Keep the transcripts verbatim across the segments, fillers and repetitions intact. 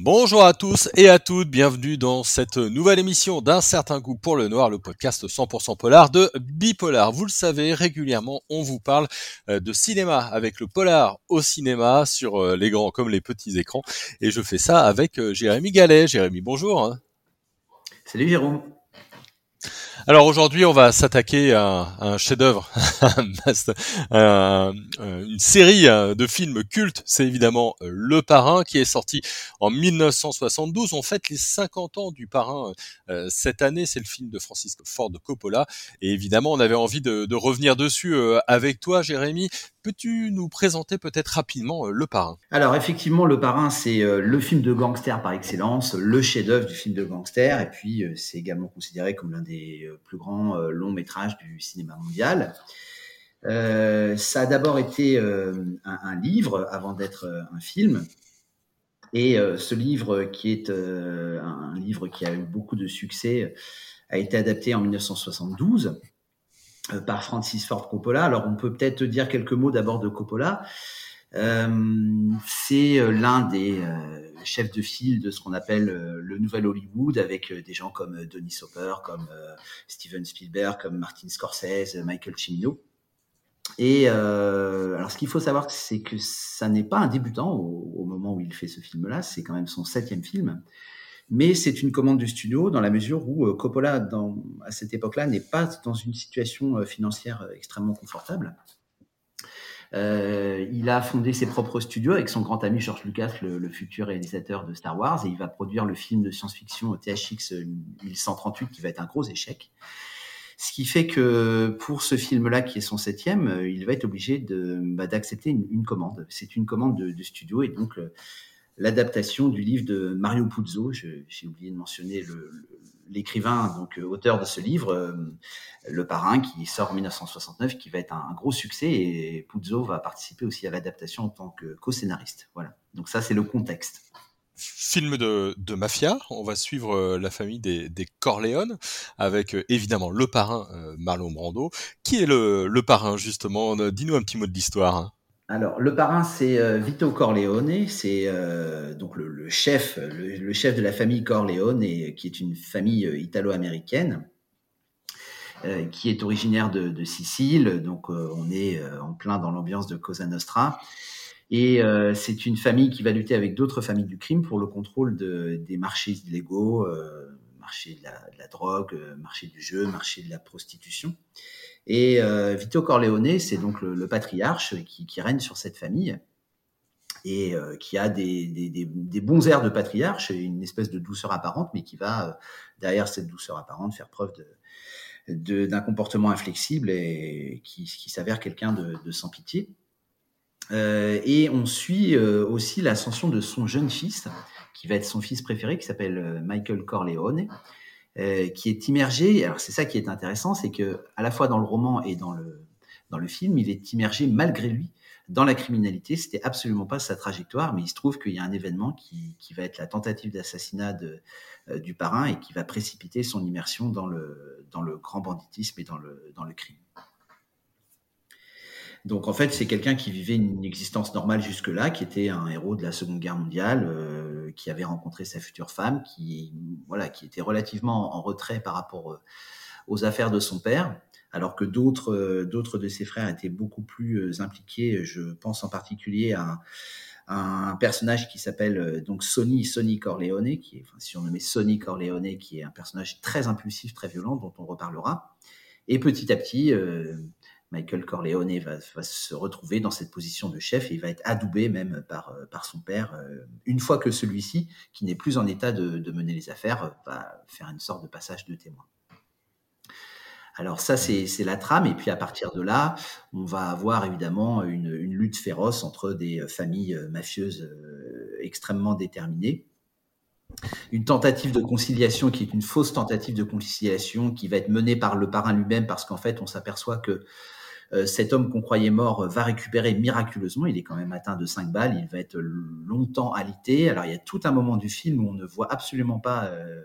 Bonjour à tous et à toutes, bienvenue dans cette nouvelle émission d'Un certain goût pour le noir, le podcast cent pour cent polar de Bipolar. Vous le savez, régulièrement on vous parle de cinéma avec le polar au cinéma sur les grands comme les petits écrans, et je fais ça avec Jérémy Gallet. Jérémy, bonjour. Salut Jérôme. Alors aujourd'hui, on va s'attaquer à, à un chef-d'œuvre, un, une série de films cultes. C'est évidemment Le Parrain, qui est sorti en dix-neuf cent soixante-douze. On fête les cinquante ans du Parrain euh, cette année. C'est le film de Francis Ford Coppola. Et évidemment, on avait envie de, de revenir dessus euh, avec toi, Jérémy. Peux-tu nous présenter peut-être rapidement euh, Le Parrain ? Alors effectivement, Le Parrain, c'est euh, le film de gangster par excellence, le chef-d'œuvre du film de gangster, et puis euh, c'est également considéré comme l'un des euh, plus grands euh, longs métrages du cinéma mondial. Euh, ça a d'abord été euh, un, un livre avant d'être euh, un film, et euh, ce livre qui est euh, un, un livre qui a eu beaucoup de succès a été adapté en dix-neuf cent soixante-douze euh, par Francis Ford Coppola. Alors on peut peut-être dire quelques mots d'abord de Coppola. Euh, c'est l'un des euh, chefs de file de ce qu'on appelle euh, le nouvel Hollywood, avec euh, des gens comme euh, Dennis Hopper, comme euh, Steven Spielberg, comme Martin Scorsese, Michael Cimino. Et euh, alors, ce qu'il faut savoir, c'est que ça n'est pas un débutant au, au moment où il fait ce film-là. C'est quand même son septième film, mais c'est une commande du studio dans la mesure où euh, Coppola, dans, à cette époque-là, n'est pas dans une situation euh, financière euh, extrêmement confortable. Euh, il a fondé ses propres studios avec son grand ami George Lucas, le, le futur réalisateur de Star Wars, et il va produire le film de science-fiction T H X mille cent trente-huit qui va être un gros échec. Ce qui fait que pour ce film-là, qui est son septième, il va être obligé de, bah, d'accepter une, une commande. C'est une commande de, de studio, et donc le, l'adaptation du livre de Mario Puzo. Je, j'ai oublié de mentionner le, le, l'écrivain, donc euh, auteur de ce livre, euh, Le Parrain, qui sort en dix-neuf cent soixante-neuf, qui va être un, un gros succès, et Puzo va participer aussi à l'adaptation en tant que co-scénariste. Voilà. Donc ça, c'est le contexte. Film de, de mafia, on va suivre euh, la famille des, des Corleone, avec euh, évidemment le parrain euh, Marlon Brando. Qui est le, le parrain, justement ? Dis-nous un petit mot de l'histoire. Hein. Alors, le parrain, c'est euh, Vito Corleone, c'est euh, donc le, le chef, le, le chef de la famille Corleone, et, qui est une famille euh, italo-américaine, euh, qui est originaire de, de Sicile. Donc, euh, on est euh, en plein dans l'ambiance de Cosa Nostra. Et euh, c'est une famille qui va lutter avec d'autres familles du crime pour le contrôle de, des marchés illégaux, euh, marché de la, de la drogue, marché du jeu, marché de la prostitution. Et euh, Vito Corleone, c'est donc le, le patriarche qui, qui règne sur cette famille, et euh, qui a des, des, des, des bons airs de patriarche, une espèce de douceur apparente, mais qui va, euh, derrière cette douceur apparente, faire preuve de, de, d'un comportement inflexible, et qui, qui s'avère quelqu'un de, de sans pitié. Euh, et on suit euh, aussi l'ascension de son jeune fils, qui va être son fils préféré, qui s'appelle Michael Corleone, euh, qui est immergé. Alors c'est ça qui est intéressant, c'est que à la fois dans le roman et dans le dans le film, il est immergé malgré lui dans la criminalité. C'était absolument pas sa trajectoire, mais il se trouve qu'il y a un événement qui qui va être la tentative d'assassinat de, euh, du parrain, et qui va précipiter son immersion dans le dans le grand banditisme et dans le dans le crime. Donc en fait, c'est quelqu'un qui vivait une existence normale jusque-là, qui était un héros de la Seconde Guerre mondiale, euh, qui avait rencontré sa future femme, qui voilà, qui était relativement en retrait par rapport euh, aux affaires de son père, alors que d'autres euh, d'autres de ses frères étaient beaucoup plus euh, impliqués. Je pense en particulier à, à un personnage qui s'appelle euh, donc Sonny Sonny Corleone, qui est enfin, surnommé Sonny Corleone, qui est un personnage très impulsif, très violent, dont on reparlera. Et petit à petit, euh, Michael Corleone va, va se retrouver dans cette position de chef, et il va être adoubé même par, par son père, euh, une fois que celui-ci, qui n'est plus en état de, de mener les affaires, va faire une sorte de passage de témoin. Alors ça, c'est, c'est la trame, et puis à partir de là, on va avoir évidemment une, une lutte féroce entre des familles mafieuses euh, extrêmement déterminées. Une tentative de conciliation qui est une fausse tentative de conciliation, qui va être menée par le parrain lui-même, parce qu'en fait, on s'aperçoit que euh, cet homme qu'on croyait mort va récupérer miraculeusement. Il est quand même atteint de cinq balles, il va être longtemps alité. Alors, il y a tout un moment du film où on ne voit absolument pas euh,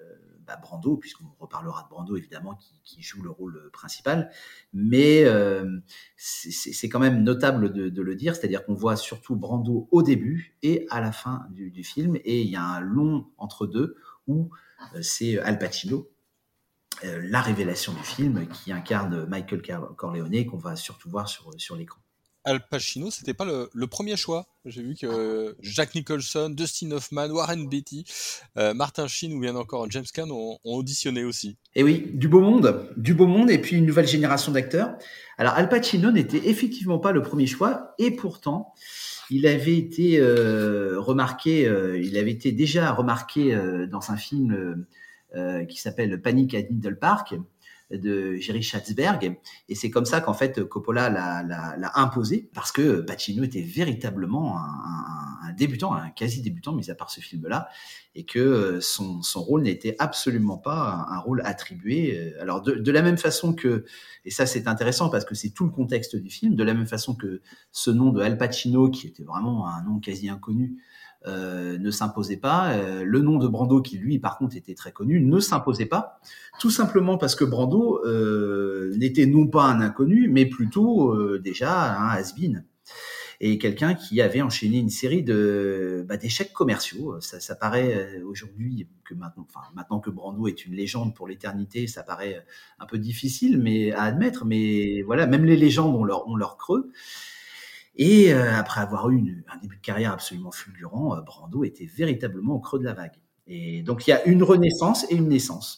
bah, Brando, puisqu'on reparlera de Brando évidemment, qui, qui joue le rôle principal. Mais euh, c'est, c'est quand même notable de, de le dire, c'est-à-dire qu'on voit surtout Brando au début et à la fin du, du film, et il y a un long entre deux où euh, c'est Al Pacino, euh, la révélation du film, qui incarne Michael Corleone, qu'on va surtout voir sur, sur l'écran. Al Pacino, c'était pas le, le premier choix. J'ai vu que Jack Nicholson, Dustin Hoffman, Warren Beatty, euh, Martin Sheen ou bien encore James Caan ont, ont auditionné aussi. Et oui, du beau monde, du beau monde, et puis une nouvelle génération d'acteurs. Alors Al Pacino n'était effectivement pas le premier choix, et pourtant il avait été euh, remarqué, euh, il avait été déjà remarqué euh, dans un film euh, qui s'appelle Panic à Needle Park de Jerry Schatzberg, et c'est comme ça qu'en fait Coppola l'a, l'a, l'a imposé, parce que Pacino était véritablement un, un, un débutant, un quasi débutant, mis à part ce film-là, et que son, son rôle n'était absolument pas un, un rôle attribué. Alors de, de la même façon que, et ça c'est intéressant parce que c'est tout le contexte du film, de la même façon que ce nom de Al Pacino, qui était vraiment un nom quasi inconnu, Euh, ne s'imposait pas. Euh, le nom de Brando, qui lui, par contre, était très connu, ne s'imposait pas, tout simplement parce que Brando euh, n'était non pas un inconnu, mais plutôt euh, déjà un has-been. Et quelqu'un qui avait enchaîné une série de bah, d'échecs commerciaux. Ça, ça paraît aujourd'hui que maintenant, enfin maintenant que Brando est une légende pour l'éternité, ça paraît un peu difficile, mais à admettre. Mais voilà, même les légendes ont leur ont leur creux. Et euh, après avoir eu une, un début de carrière absolument fulgurant, euh, Brando était véritablement au creux de la vague. Et donc il y a une renaissance et une naissance.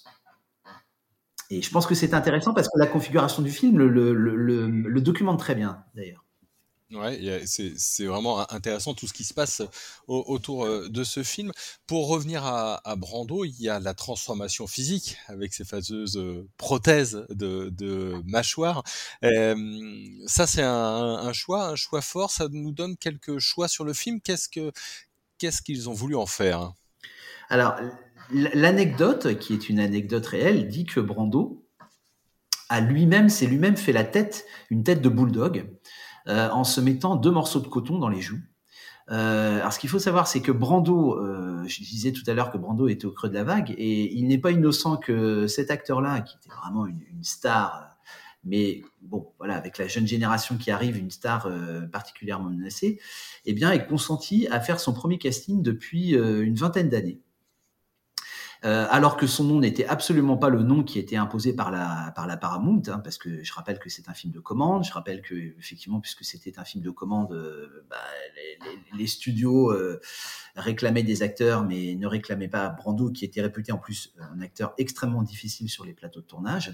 Et je pense que c'est intéressant parce que la configuration du film le, le, le, le documente très bien, d'ailleurs. Ouais, c'est, c'est vraiment intéressant tout ce qui se passe au, autour de ce film. Pour revenir à, à Brando, il y a la transformation physique avec ces fameuses prothèses de, de mâchoire. Euh, ça, c'est un, un choix, un choix fort. Ça nous donne quelques choix sur le film. Qu'est-ce que, qu'est-ce qu'ils ont voulu en faire? Alors, l'anecdote, qui est une anecdote réelle, dit que Brando a lui-même, c'est lui-même fait la tête, une tête de bulldog, euh, en se mettant deux morceaux de coton dans les joues. Euh, alors, ce qu'il faut savoir, c'est que Brando, euh, je disais tout à l'heure que Brando était au creux de la vague, et il n'est pas innocent que cet acteur-là, qui était vraiment une, une star, mais bon, voilà, avec la jeune génération qui arrive, une star euh, particulièrement menacée, eh bien, ait consenti à faire son premier casting depuis euh, une vingtaine d'années. Euh, alors que son nom n'était absolument pas le nom qui était imposé par la, par la Paramount, hein, parce que je rappelle que c'est un film de commande, je rappelle que, effectivement, puisque c'était un film de commande, euh, bah, les, les, les studios euh, réclamaient des acteurs, mais ne réclamaient pas Brando, qui était réputé en plus un acteur extrêmement difficile sur les plateaux de tournage.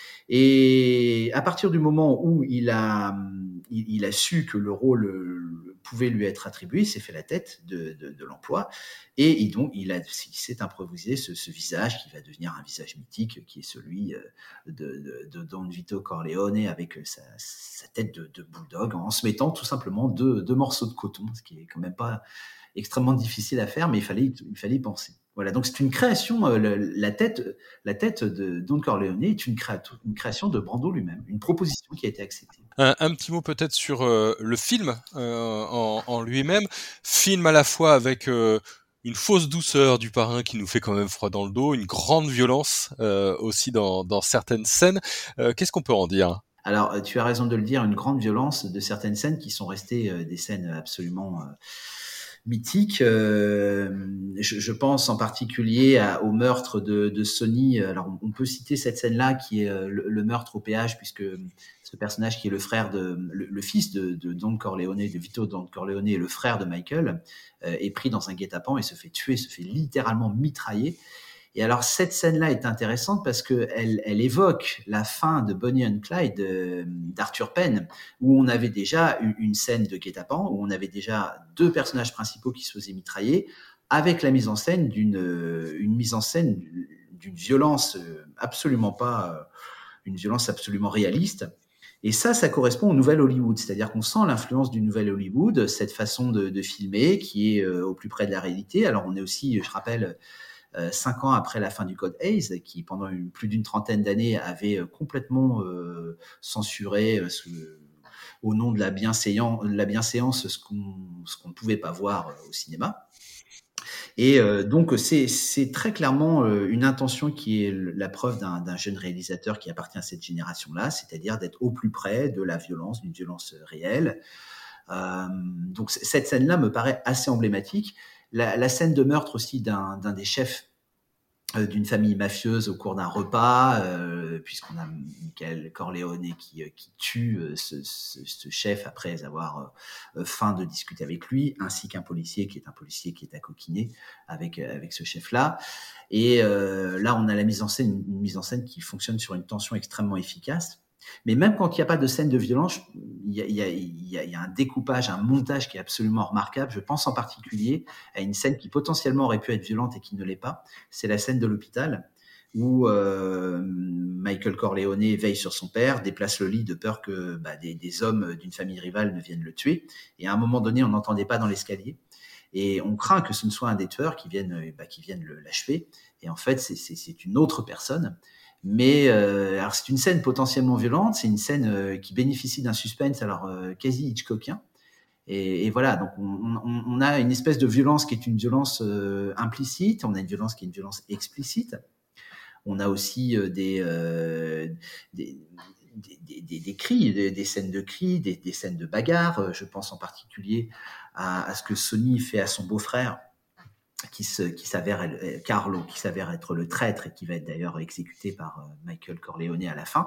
Et à partir du moment où il a, il, il a su que le rôle pouvait lui être attribué, il s'est fait la tête de, de, de l'emploi, et il, donc il, a, il s'est improvisé ce, ce visage qui va devenir un visage mythique, qui est celui de, de, de Don Vito Corleone, avec sa, sa tête de, de bulldog, en se mettant tout simplement deux, deux morceaux de coton, ce qui est quand même pas extrêmement difficile à faire, mais il fallait, il fallait y penser. Voilà, donc c'est une création, euh, la, tête, la tête de Don Corleone est une, créa- une création de Brando lui-même, une proposition qui a été acceptée. Un, un petit mot peut-être sur euh, le film euh, en, en lui-même. Film à la fois avec euh, une fausse douceur du parrain qui nous fait quand même froid dans le dos, une grande violence euh, aussi dans, dans certaines scènes. Euh, qu'est-ce qu'on peut en dire ? Alors, tu as raison de le dire, une grande violence de certaines scènes qui sont restées euh, des scènes absolument... Euh, mythique. Euh, je, je pense en particulier à, au meurtre de, de Sonny. Alors, on, on peut citer cette scène-là qui est le, le meurtre au péage, puisque ce personnage qui est le frère de, le, le fils de, de Don Corleone, de Vito Don Corleone, et le frère de Michael, euh, est pris dans un guet-apens et se fait tuer, se fait littéralement mitrailler. Et alors, cette scène-là est intéressante parce qu'elle elle évoque la fin de Bonnie and Clyde euh, d'Arthur Penn, où on avait déjà une, une scène de guet-apens, où on avait déjà deux personnages principaux qui se faisaient mitrailler, avec la mise en scène d'une une mise en scène d'une violence absolument pas, une violence absolument réaliste. Et ça, ça correspond au Nouvel Hollywood, c'est-à-dire qu'on sent l'influence du Nouvel Hollywood, cette façon de, de filmer qui est euh, au plus près de la réalité. Alors, on est aussi, je rappelle, Euh, cinq ans après la fin du Code Hays, qui pendant une, plus d'une trentaine d'années avait euh, complètement euh, censuré euh, ce, au nom de la, bienséance, la bienséance ce qu'on, ce qu'on ne pouvait pas voir euh, au cinéma. Et euh, donc c'est c'est très clairement euh, une intention qui est le- la preuve d'un d'un jeune réalisateur qui appartient à cette génération-là, c'est-à-dire d'être au plus près de la violence, d'une violence réelle. Euh, donc c- cette scène-là me paraît assez emblématique. La, la scène de meurtre aussi d'un d'un des chefs euh, d'une famille mafieuse au cours d'un repas, euh, puisqu'on a Michael Corleone qui, euh, qui tue euh, ce, ce, ce chef après avoir euh, faim de discuter avec lui, ainsi qu'un policier qui est un policier qui est à coquiner avec, euh, avec ce chef-là. Et euh, là, on a la mise en scène, une mise en scène qui fonctionne sur une tension extrêmement efficace. Mais même quand il n'y a pas de scène de violence, il y a, il y a, il y a, il y a un découpage, un montage qui est absolument remarquable. Je pense en particulier à une scène qui potentiellement aurait pu être violente et qui ne l'est pas. C'est la scène de l'hôpital où euh, Michael Corleone veille sur son père, déplace le lit de peur que bah, des, des hommes d'une famille rivale ne viennent le tuer. Et à un moment donné, on n'entendait pas dans l'escalier. Et on craint que ce ne soit un des tueurs qui vienne, bah, qui vienne l'achever. Et en fait, c'est, c'est, c'est une autre personne. Mais euh, alors c'est une scène potentiellement violente, c'est une scène euh, qui bénéficie d'un suspense alors euh, quasi Hitchcockien. Et, et voilà, donc on, on, on, a une espèce de violence qui est une violence euh, implicite, on a une violence qui est une violence explicite. On a aussi euh, des, euh, des, des, des, des cris, des, des scènes de cris, des, des scènes de bagarre. Je pense en particulier à, à ce que Sonny fait à son beau-frère qui, se, qui s'avère, Carlo, qui s'avère être le traître et qui va être d'ailleurs exécuté par Michael Corleone à la fin.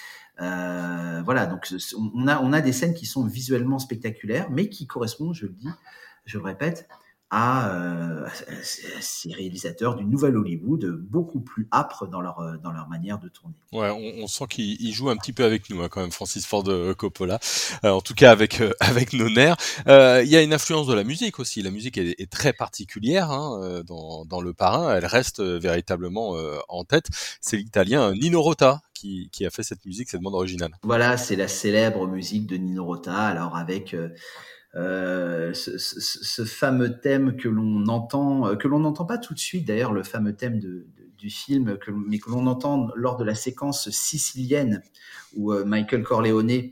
Euh, voilà, donc on a, on a des scènes qui sont visuellement spectaculaires, mais qui correspondent, je le dis, je le répète, à, euh, à ces réalisateurs du nouvel Hollywood, beaucoup plus âpres dans leur, dans leur manière de tourner. Ouais, on, on sent qu'il joue un petit peu avec nous, hein, quand même, Francis Ford Coppola. Euh, en tout cas, avec euh, avec nos nerfs. Euh, Il y a une influence de la musique aussi. La musique est, est très particulière hein, dans dans Le Parrain. Elle reste euh, véritablement euh, en tête. C'est l'Italien Nino Rota qui qui a fait cette musique, cette bande originale. Voilà, c'est la célèbre musique de Nino Rota. Alors avec euh, Euh, ce, ce, ce fameux thème que l'on entend, que l'on n'entend pas tout de suite d'ailleurs, le fameux thème de, de, du film, que, mais que l'on entend lors de la séquence sicilienne où euh, Michael Corleone,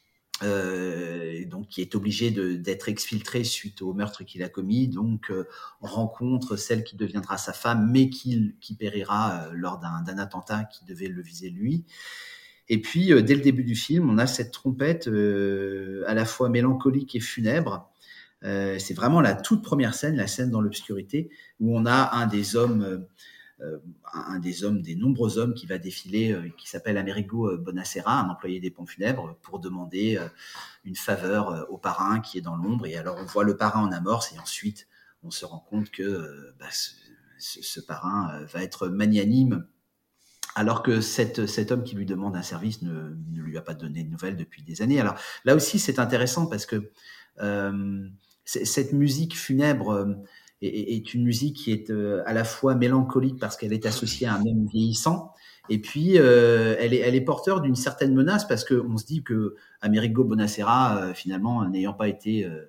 euh, donc qui est obligé de, d'être exfiltré suite au meurtre qu'il a commis, donc euh, rencontre celle qui deviendra sa femme, mais qui, qui périra euh, lors d'un, d'un attentat qui devait le viser lui. Et puis, euh, dès le début du film, on a cette trompette euh, à la fois mélancolique et funèbre. Euh, c'est vraiment la toute première scène, la scène dans l'obscurité, où on a un des hommes, euh, un des hommes, des nombreux hommes qui va défiler, euh, qui s'appelle Amerigo Bonacera, un employé des pompes funèbres, pour demander euh, une faveur euh, au parrain qui est dans l'ombre. Et alors, on voit le parrain en amorce, et ensuite, on se rend compte que euh, bah, ce, ce, ce parrain euh, va être magnanime, alors que cette, cet homme qui lui demande un service ne, ne lui a pas donné de nouvelles depuis des années. Alors là aussi, c'est intéressant parce que euh, cette musique funèbre euh, est, est, une musique qui est euh, à la fois mélancolique parce qu'elle est associée à un homme vieillissant, et puis euh, elle, est, elle est porteur d'une certaine menace parce qu'on se dit que Amerigo Bonacera, euh, finalement, n'ayant pas été... Euh,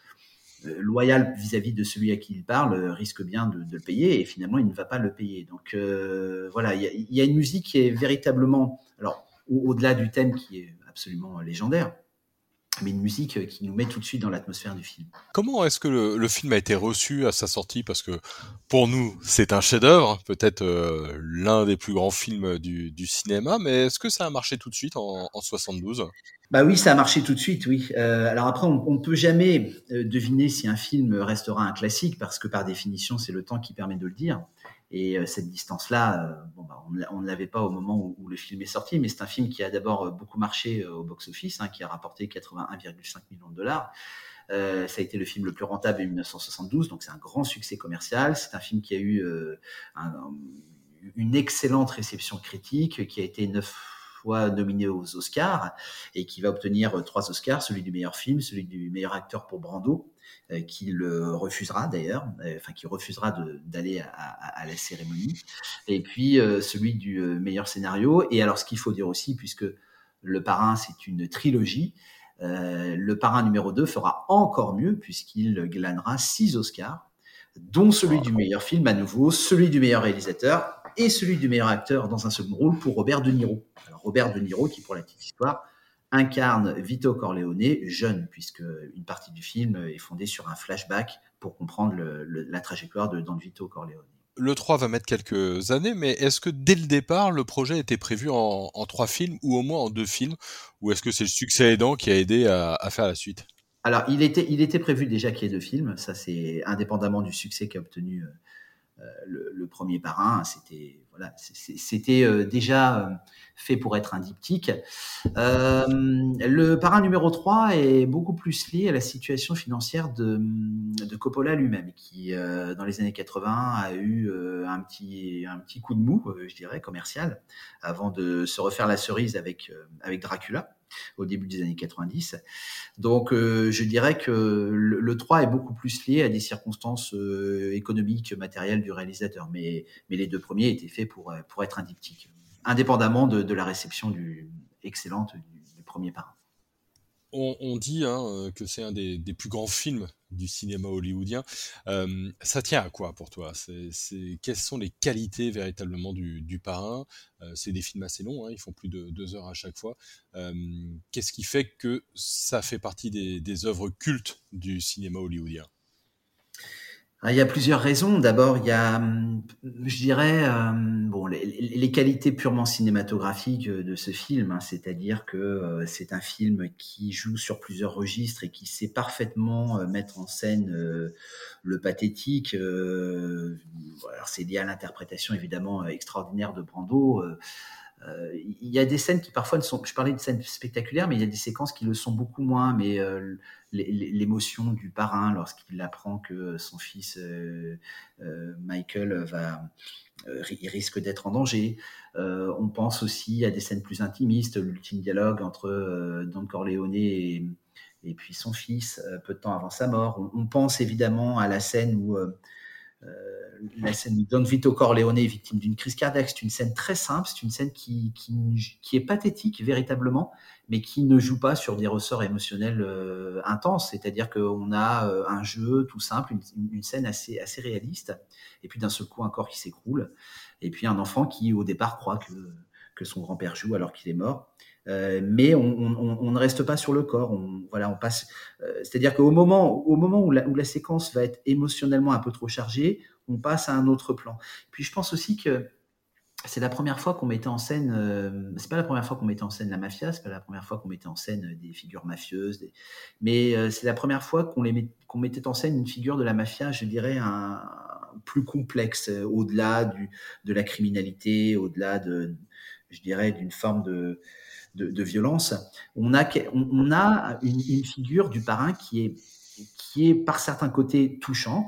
loyal vis-à-vis de celui à qui il parle, risque bien de, de le payer, et finalement il ne va pas le payer. Donc euh, voilà, il y, y a une musique qui est véritablement, alors au- au-delà du thème qui est absolument légendaire, mais une musique qui nous met tout de suite dans l'atmosphère du film. Comment est-ce que le, le film a été reçu à sa sortie? Parce que pour nous, c'est un chef-d'œuvre, peut-être euh, l'un des plus grands films du, du cinéma, mais est-ce que ça a marché tout de suite en, en soixante-douze? Bah oui, ça a marché tout de suite, oui. Euh, alors après, on ne peut jamais euh, deviner si un film restera un classique, parce que par définition, c'est le temps qui permet de le dire. Et euh, cette distance-là, euh, bon, bah, on ne l'avait pas au moment où, où le film est sorti, mais c'est un film qui a d'abord beaucoup marché euh, au box-office, hein, qui a rapporté quatre-vingt-un virgule cinq millions de dollars. Euh, ça a été le film le plus rentable en dix-neuf cent soixante-douze, donc c'est un grand succès commercial. C'est un film qui a eu euh, un, une excellente réception critique, qui a été neuf fois nominé aux Oscars et qui va obtenir trois Oscars, celui du meilleur film, celui du meilleur acteur pour Brando, euh, qui le refusera d'ailleurs, euh, enfin qui refusera de, d'aller à, à, à la cérémonie, et puis euh, celui du euh, meilleur scénario. Et alors ce qu'il faut dire aussi, puisque Le Parrain c'est une trilogie, euh, Le Parrain numéro deux fera encore mieux puisqu'il glanera six Oscars, dont celui du meilleur film à nouveau, celui du meilleur réalisateur et celui du meilleur acteur dans un second rôle pour Robert De Niro. Alors Robert De Niro, qui pour la petite histoire incarne Vito Corleone jeune, puisque une partie du film est fondée sur un flashback pour comprendre le, le, la trajectoire de Don Vito Corleone. Le trois va mettre quelques années, mais est-ce que dès le départ, le projet était prévu en, en trois films ou au moins en deux films, ou est-ce que c'est le succès aidant qui a aidé à, à faire la suite? Alors, il était, il était prévu déjà qu'il y ait deux films, ça c'est indépendamment du succès qu'a obtenu euh, le, le premier Parrain, c'était voilà, c'était euh, déjà euh, fait pour être un diptyque. Euh, le Parrain numéro trois est beaucoup plus lié à la situation financière de, de Coppola lui-même, qui euh, dans les années quatre-vingts a eu euh, un petit un petit coup de mou, euh, je dirais commercial, avant de se refaire la cerise avec euh, avec Dracula au début des années quatre-vingt-dix. Donc, euh, je dirais que le, le trois est beaucoup plus lié à des circonstances euh, économiques, matérielles du réalisateur. Mais, mais les deux premiers étaient faits pour, pour être un diptyque, indépendamment de, de la réception du, excellente du, du premier Parrain. On, on dit hein, que c'est un des, des plus grands films du cinéma hollywoodien. Euh, ça tient à quoi pour toi? c'est, c'est, Quelles sont les qualités véritablement du, du Parrain? euh, C'est des films assez longs, hein, ils font plus de deux heures à chaque fois. Euh, qu'est-ce qui fait que ça fait partie des, des œuvres cultes du cinéma hollywoodien? Ah, il y a plusieurs raisons. D'abord, il y a, hum, je dirais, euh, bon, les, les qualités purement cinématographiques de ce film, hein, c'est-à-dire que euh, c'est un film qui joue sur plusieurs registres et qui sait parfaitement euh, mettre en scène euh, le pathétique. Euh, alors, c'est lié à l'interprétation évidemment extraordinaire de Brando. Euh, euh, il y a des scènes qui parfois ne sont. Je parlais de scènes spectaculaires, mais il y a des séquences qui le sont beaucoup moins. Mais euh, l'émotion du Parrain lorsqu'il apprend que son fils euh, euh, Michael va euh, il risque d'être en danger. Euh, on pense aussi à des scènes plus intimistes, l'ultime dialogue entre euh, Don Corleone et, et puis son fils, euh, peu de temps avant sa mort. On, on pense évidemment à la scène où euh, euh, la scène où Don Vito Corleone est victime d'une crise cardiaque. C'est une scène très simple, c'est une scène qui, qui, qui est pathétique véritablement, mais qui ne joue pas sur des ressorts émotionnels euh, intenses. C'est-à-dire qu'on a euh, un jeu tout simple, une, une scène assez, assez réaliste, et puis d'un seul coup un corps qui s'écroule, et puis un enfant qui au départ croit que, que son grand-père joue alors qu'il est mort. Euh, mais on, on, on ne reste pas sur le corps. On, voilà, on passe. Euh, c'est-à-dire qu'au moment, au moment où la, où la séquence va être émotionnellement un peu trop chargée, on passe à un autre plan. Puis je pense aussi que c'est la première fois qu'on mettait en scène. Euh, c'est pas la première fois qu'on mettait en scène la mafia. C'est pas la première fois qu'on mettait en scène des figures mafieuses. Des, mais euh, c'est la première fois qu'on les met, qu'on mettait en scène une figure de la mafia, je dirais un plus complexe, euh, au-delà du de la criminalité, au-delà de, je dirais, d'une forme de De, de violence, on a, on, on a une, une, figure du Parrain qui est, qui est par certains côtés touchante,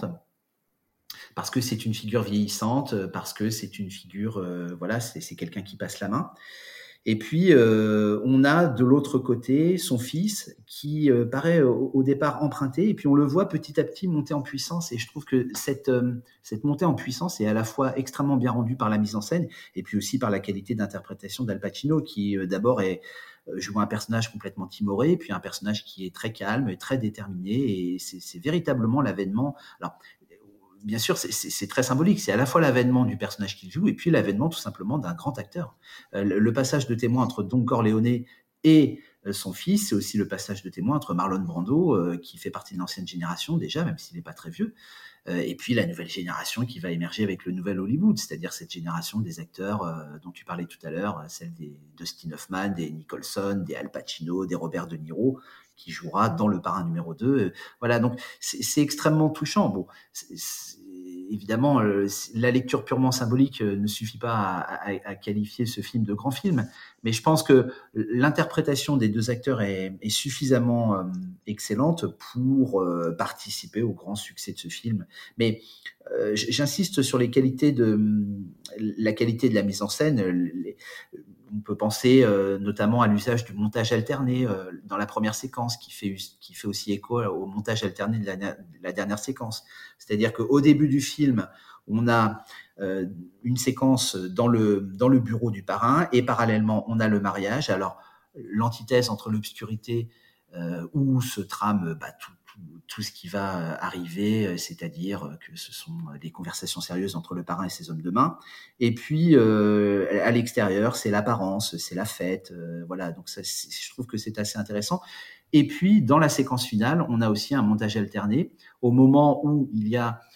parce que c'est une figure vieillissante, parce que c'est une figure, euh, voilà, c'est, c'est quelqu'un qui passe la main. Et puis, euh, on a de l'autre côté son fils qui euh, paraît au, au départ emprunté, et puis on le voit petit à petit monter en puissance. Et je trouve que cette, euh, cette montée en puissance est à la fois extrêmement bien rendue par la mise en scène, et puis aussi par la qualité d'interprétation d'Al Pacino, qui euh, d'abord est, euh, joue un personnage complètement timoré, puis un personnage qui est très calme et très déterminé, et c'est, c'est véritablement l'avènement. Alors, bien sûr, c'est, c'est, c'est très symbolique. C'est à la fois l'avènement du personnage qu'il joue et puis l'avènement tout simplement d'un grand acteur. Euh, le, le passage de témoin entre Don Corleone et euh, son fils, c'est aussi le passage de témoin entre Marlon Brando, euh, qui fait partie de l'ancienne génération déjà, même s'il n'est pas très vieux, euh, et puis la nouvelle génération qui va émerger avec le nouvel Hollywood, c'est-à-dire cette génération des acteurs euh, dont tu parlais tout à l'heure, celle des Dustin Hoffman, des Nicholson, des Al Pacino, des Robert De Niro, qui jouera dans Le Parrain numéro deux. Voilà, donc c'est, c'est extrêmement touchant. Bon, c'est, c'est, évidemment, euh, la lecture purement symbolique euh, ne suffit pas à, à, à qualifier ce film de grand film, mais je pense que l'interprétation des deux acteurs est, est suffisamment euh, excellente pour euh, participer au grand succès de ce film. Mais euh, j'insiste sur les qualités de la qualité de la mise en scène. Les, on peut penser euh, notamment à l'usage du montage alterné euh, dans la première séquence, qui fait, qui fait aussi écho au montage alterné de la, de la dernière séquence. C'est-à-dire qu'au début du film, on a euh, une séquence dans le, dans le bureau du Parrain, et parallèlement, on a le mariage. Alors, l'antithèse entre l'obscurité euh, où se trame bah, tout, tout, tout ce qui va arriver, c'est-à-dire que ce sont des conversations sérieuses entre le Parrain et ses hommes de main. Et puis, euh, à l'extérieur, c'est l'apparence, c'est la fête. Euh, voilà, donc ça, je trouve que c'est assez intéressant. Et puis, dans la séquence finale, on a aussi un montage alterné. Au moment où il y a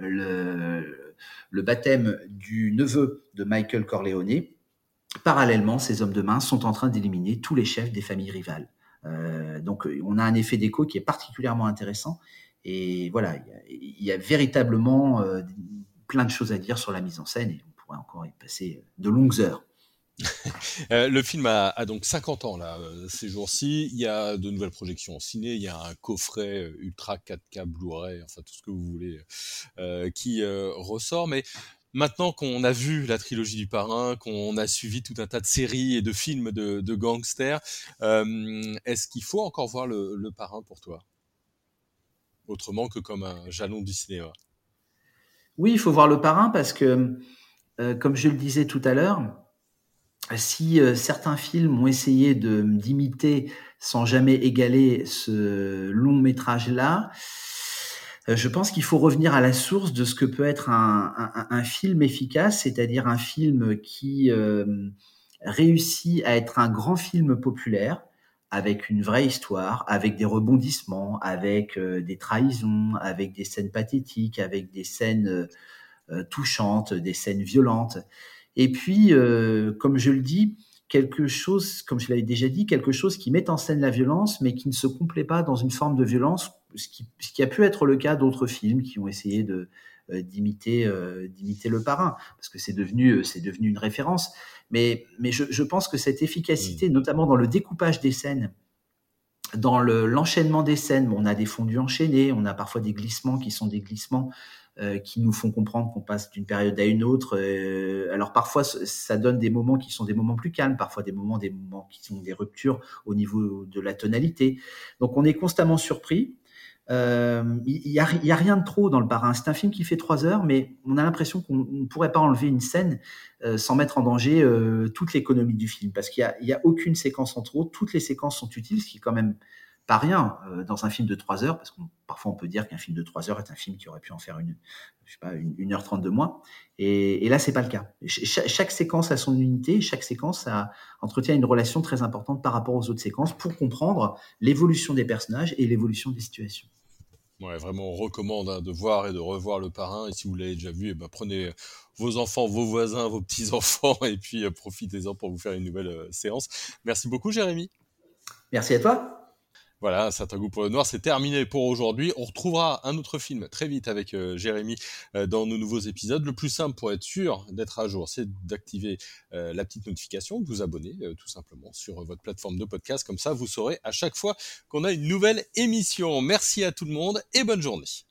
le, le baptême du neveu de Michael Corleone, parallèlement, ces hommes de main sont en train d'éliminer tous les chefs des familles rivales. Euh, donc, on a un effet d'écho qui est particulièrement intéressant. Et voilà, il y a, il y a véritablement euh, plein de choses à dire sur la mise en scène et on pourrait encore y passer de longues heures. Euh, le film a, a donc cinquante ans là, euh, ces jours-ci. Il y a de nouvelles projections en ciné. Il y a un coffret euh, Ultra quatre K Blu-ray, enfin tout ce que vous voulez, euh, qui euh, ressort. Mais maintenant qu'on a vu la trilogie du Parrain, qu'on a suivi tout un tas de séries et de films de, de gangsters, euh, est-ce qu'il faut encore voir le, le Parrain pour toi, autrement que comme un jalon du cinéma? Oui, il faut voir le Parrain parce que, euh, comme je le disais tout à l'heure, si euh, certains films ont essayé de d'imiter sans jamais égaler ce long métrage-là, euh, je pense qu'il faut revenir à la source de ce que peut être un, un, un film efficace, c'est-à-dire un film qui euh, réussit à être un grand film populaire avec une vraie histoire, avec des rebondissements, avec euh, des trahisons, avec des scènes pathétiques, avec des scènes euh, euh, touchantes, des scènes violentes. Et puis, euh, comme je le dis, quelque chose, comme je l'avais déjà dit, quelque chose qui met en scène la violence, mais qui ne se complaît pas dans une forme de violence, ce qui, ce qui a pu être le cas d'autres films qui ont essayé de euh, d'imiter euh, d'imiter le Parrain, parce que c'est devenu c'est devenu une référence. Mais mais je, je pense que cette efficacité, Mmh. notamment dans le découpage des scènes, dans le, l'enchaînement des scènes, on a des fondus enchaînés, on a parfois des glissements qui sont des glissements euh, qui nous font comprendre qu'on passe d'une période à une autre. Euh, alors parfois, ça donne des moments qui sont des moments plus calmes, parfois des moments, des moments qui sont des ruptures au niveau de la tonalité. Donc on est constamment surpris. Euh, Il n'y a, y a rien de trop dans le Parrain. C'est un film qui fait trois heures, mais on a l'impression qu'on ne pourrait pas enlever une scène euh, sans mettre en danger euh, toute l'économie du film, parce qu'il n'y a, a aucune séquence en trop. Toutes les séquences sont utiles, ce qui est quand même pas rien euh, dans un film de trois heures, parce que parfois on peut dire qu'un film de trois heures est un film qui aurait pu en faire une, je sais pas, une, une heure trente de moins. Et, et là, c'est pas le cas. Ch- chaque séquence a son unité, chaque séquence a, entretient une relation très importante par rapport aux autres séquences pour comprendre l'évolution des personnages et l'évolution des situations. Ouais, vraiment, on recommande hein, de voir et de revoir le Parrain. Et si vous l'avez déjà vu, eh ben, prenez vos enfants, vos voisins, vos petits-enfants, et puis euh, profitez-en pour vous faire une nouvelle euh, séance. Merci beaucoup, Jérémy. Merci à toi. Voilà, un certain goût pour le noir, c'est terminé pour aujourd'hui. On retrouvera un autre film très vite avec euh, Jérémy euh, dans nos nouveaux épisodes. Le plus simple pour être sûr d'être à jour, c'est d'activer euh, la petite notification, de vous abonner euh, tout simplement sur votre plateforme de podcast. Comme ça, vous saurez à chaque fois qu'on a une nouvelle émission. Merci à tout le monde et bonne journée.